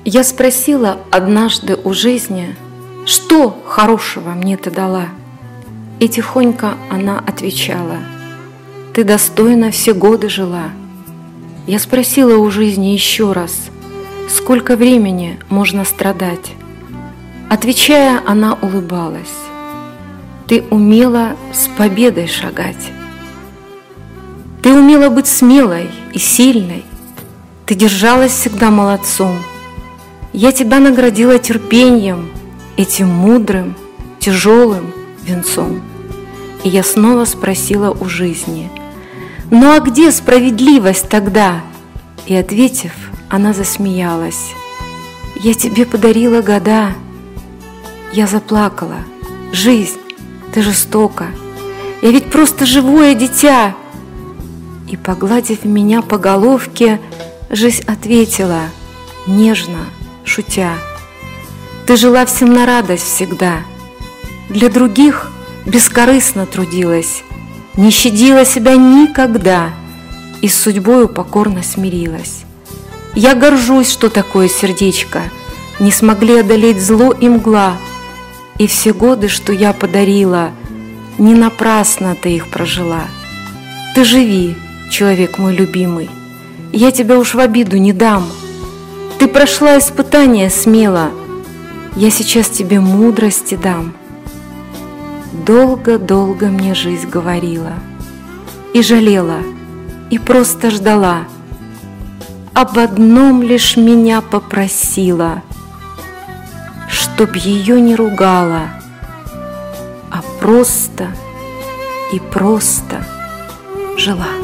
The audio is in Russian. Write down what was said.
Я спросила однажды у жизни, что хорошего мне ты дала? И тихонько она отвечала: ты достойно все годы жила. Я спросила у жизни еще раз, сколько времени можно страдать? Отвечая, она улыбалась: ты умела с победой шагать. Ты умела быть смелой и сильной, ты держалась всегда молодцом. Я тебя наградила терпением, этим мудрым, тяжелым венцом. И я снова спросила у жизни: ну а где справедливость тогда? И ответив, она засмеялась: я тебе подарила года. Я заплакала: жизнь, ты жестока, я ведь просто живое дитя. И, погладив меня по головке, жизнь ответила, нежно, шутя: ты жила всем на радость всегда, для других бескорыстно трудилась, не щадила себя никогда и с судьбою покорно смирилась. Я горжусь, что такое сердечко не смогли одолеть зло и мгла, и все годы, что я подарила, не напрасно ты их прожила. Ты живи, человек мой любимый, я тебя уж в обиду не дам. Ты прошла испытания смело, я сейчас тебе мудрости дам. Долго-долго мне жизнь говорила, и жалела, и просто ждала. Об одном лишь меня попросила, чтоб ее не ругала, а просто и просто жила.